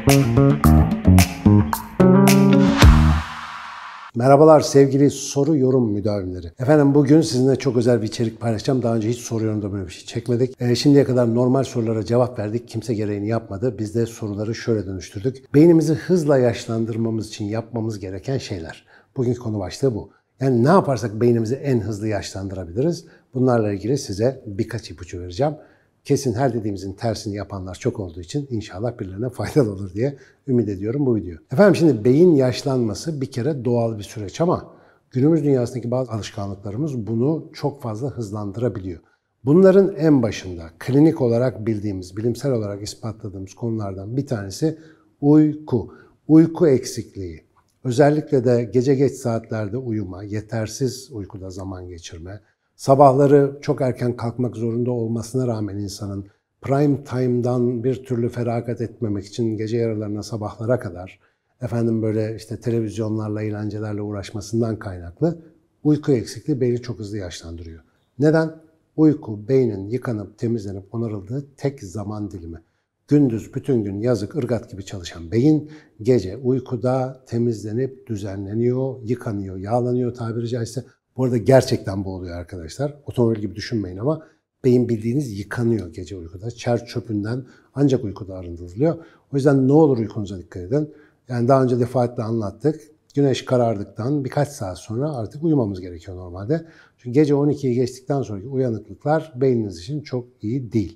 Merhabalar sevgili soru yorum müdavimleri. Efendim bugün sizinle çok özel bir içerik paylaşacağım. Daha önce hiç soru yorumda böyle bir şey çekmedik. Şimdiye kadar normal sorulara cevap verdik. Kimse gereğini yapmadı. Biz de soruları şöyle dönüştürdük. Beynimizi hızla yaşlandırmamız için yapmamız gereken şeyler. Bugünkü konu başlığı bu. Yani ne yaparsak beynimizi en hızlı yaşlandırabiliriz? Bunlarla ilgili size birkaç ipucu vereceğim. Kesin her dediğimizin tersini yapanlar çok olduğu için inşallah birilerine faydalı olur diye ümit ediyorum bu video. Efendim şimdi beyin yaşlanması bir kere doğal bir süreç ama günümüz dünyasındaki bazı alışkanlıklarımız bunu çok fazla hızlandırabiliyor. Bunların en başında klinik olarak bildiğimiz, bilimsel olarak ispatladığımız konulardan bir tanesi uyku. Uyku eksikliği. Özellikle de gece geç saatlerde uyuma, yetersiz uykuda zaman geçirme, sabahları çok erken kalkmak zorunda olmasına rağmen insanın prime time'dan bir türlü feragat etmemek için gece yarılarına sabahlara kadar böyle işte televizyonlarla, eğlencelerle uğraşmasından kaynaklı uyku eksikliği beyni çok hızlı yaşlandırıyor. Neden? Uyku, beynin yıkanıp, temizlenip, onarıldığı tek zaman dilimi. Gündüz bütün gün yazık, ırgat gibi çalışan beyin gece uykuda temizlenip, düzenleniyor, yıkanıyor, yağlanıyor tabiri caizse. Bu arada gerçekten bu oluyor arkadaşlar. Otomobil gibi düşünmeyin ama beyin bildiğiniz yıkanıyor gece uykuda. Çer çöpünden ancak uykuda arındırılıyor. O yüzden ne olur uykunuza dikkat edin. Yani daha önce defaatle anlattık. Güneş karardıktan birkaç saat sonra artık uyumamız gerekiyor normalde. Çünkü gece 12'yi geçtikten sonraki uyanıklıklar beyniniz için çok iyi değil.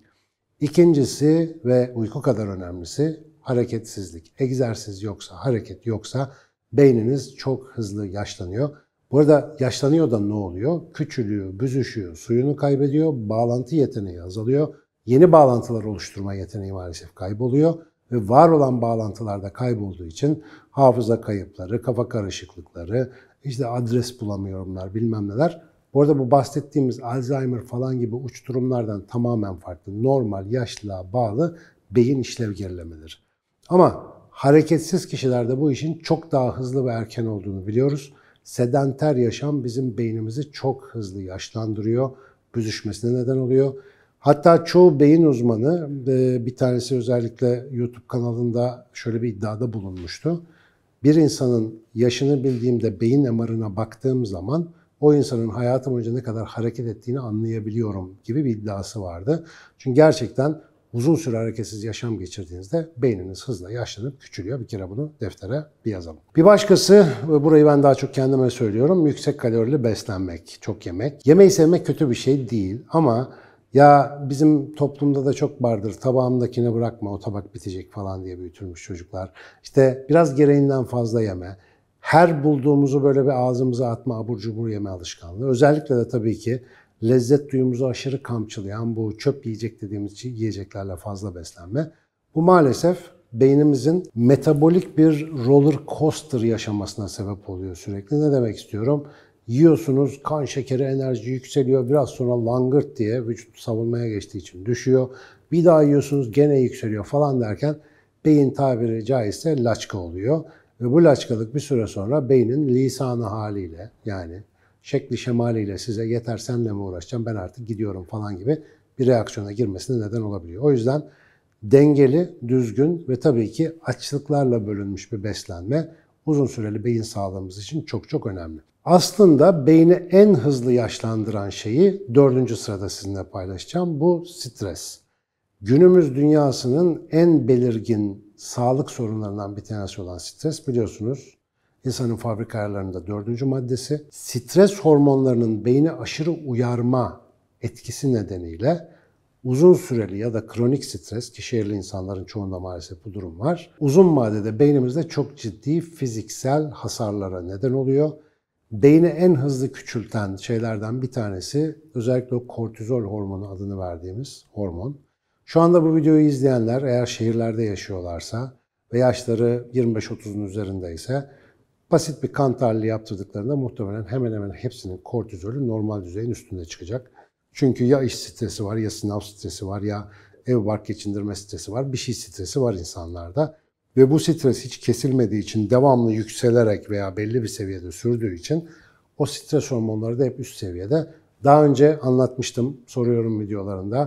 İkincisi ve uyku kadar önemlisi hareketsizlik. Egzersiz yoksa, hareket yoksa beyniniz çok hızlı yaşlanıyor. Bu arada yaşlanıyor da ne oluyor? Küçülüyor, büzüşüyor, suyunu kaybediyor, bağlantı yeteneği azalıyor. Yeni bağlantılar oluşturma yeteneği maalesef kayboluyor. Ve var olan bağlantılar da kaybolduğu için hafıza kayıpları, kafa karışıklıkları, işte adres bulamıyorumlar, bilmem neler. Bu arada bu bahsettiğimiz Alzheimer falan gibi uç durumlardan tamamen farklı. Normal yaşlılığa bağlı beyin işlev gerilemeleri. Ama hareketsiz kişilerde bu işin çok daha hızlı ve erken olduğunu biliyoruz. Sedanter yaşam bizim beynimizi çok hızlı yaşlandırıyor, büzüşmesine neden oluyor. Hatta çoğu beyin uzmanı, bir tanesi özellikle YouTube kanalında şöyle bir iddiada bulunmuştu. Bir insanın yaşını bildiğimde beyin MR'ına baktığım zaman o insanın hayatı boyunca ne kadar hareket ettiğini anlayabiliyorum gibi bir iddiası vardı. Çünkü gerçekten uzun süre hareketsiz yaşam geçirdiğinizde beyniniz hızla yaşlanıp küçülüyor. Bir kere bunu deftere bir yazalım. Bir başkası, burayı ben daha çok kendime söylüyorum, yüksek kalorili beslenmek, çok yemek. Yemeği sevmek kötü bir şey değil ama ya bizim toplumda da çok vardır, tabağımdakini bırakma, o tabak bitecek falan diye büyütülmüş çocuklar. İşte biraz gereğinden fazla yeme. Her bulduğumuzu böyle bir ağzımıza atma, abur cubur yeme alışkanlığı. Özellikle de tabii ki lezzet duyumuzu aşırı kamçılayan bu çöp yiyecek dediğimiz yiyeceklerle fazla beslenme. Bu maalesef beynimizin metabolik bir roller coaster yaşamasına sebep oluyor sürekli. Ne demek istiyorum? Yiyorsunuz, kan şekeri, enerji yükseliyor. Biraz sonra langırt diye vücut savunmaya geçtiği için düşüyor. Bir daha yiyorsunuz, gene yükseliyor falan derken beyin tabiri caizse laçka oluyor. Ve bu laçkalık bir süre sonra beynin lisanı haliyle yani şekli şemaliyle size yeter senle mi uğraşacağım ben artık gidiyorum falan gibi bir reaksiyona girmesine neden olabiliyor. O yüzden dengeli, düzgün ve tabii ki açlıklarla bölünmüş bir beslenme uzun süreli beyin sağlığımız için çok çok önemli. Aslında beyni en hızlı yaşlandıran şeyi 4. sırada sizinle paylaşacağım. Bu stres. Günümüz dünyasının en belirgin sağlık sorunlarından bir tanesi olan stres biliyorsunuz. İnsanın fabrika ayarlarında 4. maddesi. Stres hormonlarının beyni aşırı uyarma etkisi nedeniyle uzun süreli ya da kronik stres, ki şehirli insanların çoğunda maalesef bu durum var, uzun vadede beynimizde çok ciddi fiziksel hasarlara neden oluyor. Beyni en hızlı küçülten şeylerden bir tanesi özellikle o kortizol hormonu adını verdiğimiz hormon. Şu anda bu videoyu izleyenler eğer şehirlerde yaşıyorlarsa ve yaşları 25-30'un üzerindeyse basit bir kan tahlili yaptırdıklarında muhtemelen hemen hemen hepsinin kortizolü normal düzeyin üstünde çıkacak. Çünkü ya iş stresi var, ya sınav stresi var, ya ev bark geçindirme stresi var, bir şey stresi var insanlarda. Ve bu stres hiç kesilmediği için devamlı yükselerek veya belli bir seviyede sürdüğü için o stres hormonları da hep üst seviyede. Daha önce anlatmıştım, soruyorum videolarında.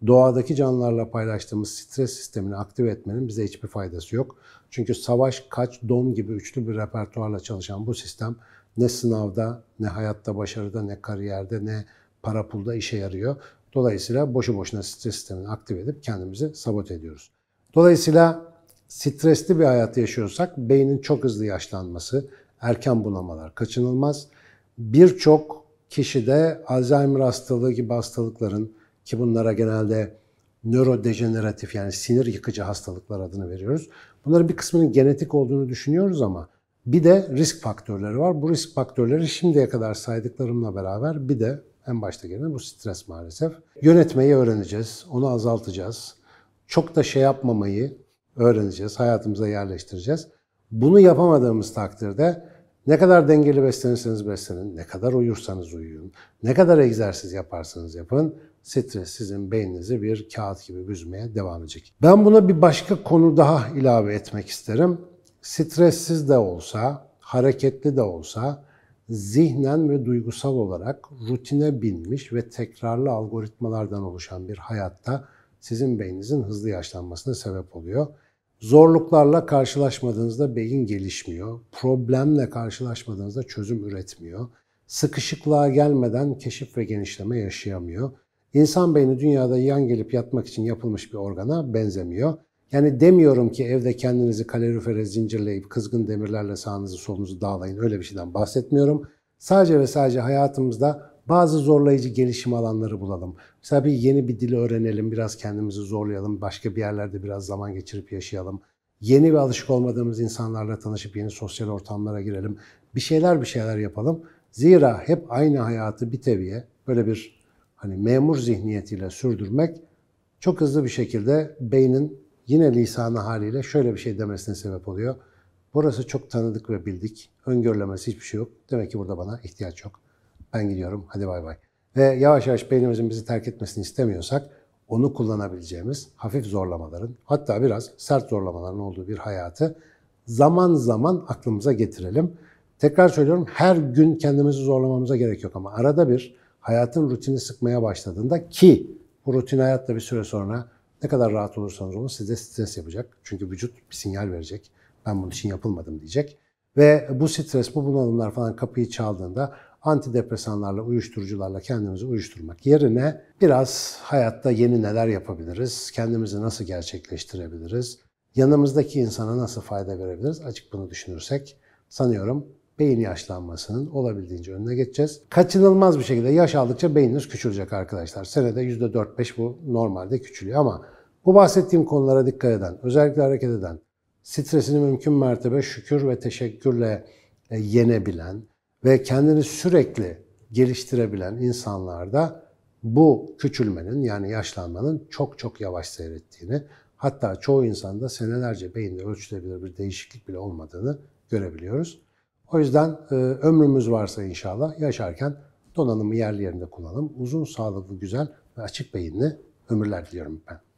doğadaki canlılarla paylaştığımız stres sistemini aktive etmenin bize hiçbir faydası yok. Çünkü savaş, kaç, don gibi üçlü bir repertuarla çalışan bu sistem ne sınavda, ne hayatta başarıda, ne kariyerde, ne para pulda işe yarıyor. Dolayısıyla boşu boşuna stres sistemini aktive edip kendimizi sabote ediyoruz. Dolayısıyla stresli bir hayat yaşıyorsak beynin çok hızlı yaşlanması, erken bunamalar kaçınılmaz. Birçok kişide Alzheimer hastalığı gibi hastalıkların, ki bunlara genelde nörodejeneratif yani sinir yıkıcı hastalıklar adını veriyoruz. Bunların bir kısmının genetik olduğunu düşünüyoruz ama bir de risk faktörleri var. Bu risk faktörleri şimdiye kadar saydıklarımla beraber bir de en başta gelen bu stres maalesef. Yönetmeyi öğreneceğiz, onu azaltacağız. Çok da şey yapmamayı öğreneceğiz, hayatımıza yerleştireceğiz. Bunu yapamadığımız takdirde ne kadar dengeli beslenirseniz beslenin, ne kadar uyursanız uyuyun, ne kadar egzersiz yaparsanız yapın, stres sizin beyninizi bir kağıt gibi büzmeye devam edecek. Ben buna bir başka konu daha ilave etmek isterim. Stressiz de olsa, hareketli de olsa, zihnen ve duygusal olarak rutine binmiş ve tekrarlı algoritmalardan oluşan bir hayatta sizin beyninizin hızlı yaşlanmasına sebep oluyor. Zorluklarla karşılaşmadığınızda beyin gelişmiyor. Problemle karşılaşmadığınızda çözüm üretmiyor. Sıkışıklığa gelmeden keşif ve genişleme yaşayamıyor. İnsan beyni dünyada yan gelip yatmak için yapılmış bir organa benzemiyor. Yani demiyorum ki evde kendinizi kalorifere zincirleyip kızgın demirlerle sağınızı solunuzu dağlayın. Öyle bir şeyden bahsetmiyorum. Sadece ve sadece hayatımızda bazı zorlayıcı gelişim alanları bulalım. Mesela yeni bir dil öğrenelim, biraz kendimizi zorlayalım, başka bir yerlerde biraz zaman geçirip yaşayalım. Yeni ve alışık olmadığımız insanlarla tanışıp yeni sosyal ortamlara girelim. Bir şeyler yapalım. Zira hep aynı hayatı bir teviye böyle bir memur zihniyetiyle sürdürmek çok hızlı bir şekilde beynin yine lisanı haliyle şöyle bir şey demesine sebep oluyor. Burası çok tanıdık ve bildik. Öngörülemesi hiçbir şey yok. Demek ki burada bana ihtiyaç yok. Ben gidiyorum, hadi bay bay. Ve yavaş yavaş beynimizin bizi terk etmesini istemiyorsak onu kullanabileceğimiz hafif zorlamaların, hatta biraz sert zorlamaların olduğu bir hayatı zaman zaman aklımıza getirelim. Tekrar söylüyorum, her gün kendimizi zorlamamıza gerek yok ama arada bir hayatın rutini sıkmaya başladığında, ki bu rutin hayatta bir süre sonra ne kadar rahat olursanız olun size stres yapacak. Çünkü vücut bir sinyal verecek. Ben bunun için yapılmadım diyecek. Ve bu stres, bu bunalımlar falan kapıyı çaldığında antidepresanlarla, uyuşturucularla kendimizi uyuşturmak yerine biraz hayatta yeni neler yapabiliriz, kendimizi nasıl gerçekleştirebiliriz, yanımızdaki insana nasıl fayda verebiliriz, açık bunu düşünürsek sanıyorum beyin yaşlanmasının olabildiğince önüne geçeceğiz. Kaçınılmaz bir şekilde yaş aldıkça beyniniz küçülecek arkadaşlar. Senede %4-5 bu normalde küçülüyor ama bu bahsettiğim konulara dikkat eden, özellikle hareket eden, stresini mümkün mertebe şükür ve teşekkürle yenebilen ve kendini sürekli geliştirebilen insanlarda bu küçülmenin, yani yaşlanmanın çok çok yavaş seyrettiğini, hatta çoğu insanda senelerce beyinde ölçülebilir bir değişiklik bile olmadığını görebiliyoruz. O yüzden ömrümüz varsa inşallah yaşarken donanımı yerli yerinde kullanalım. Uzun, sağlıklı, güzel ve açık beyinli ömürler diliyorum ben.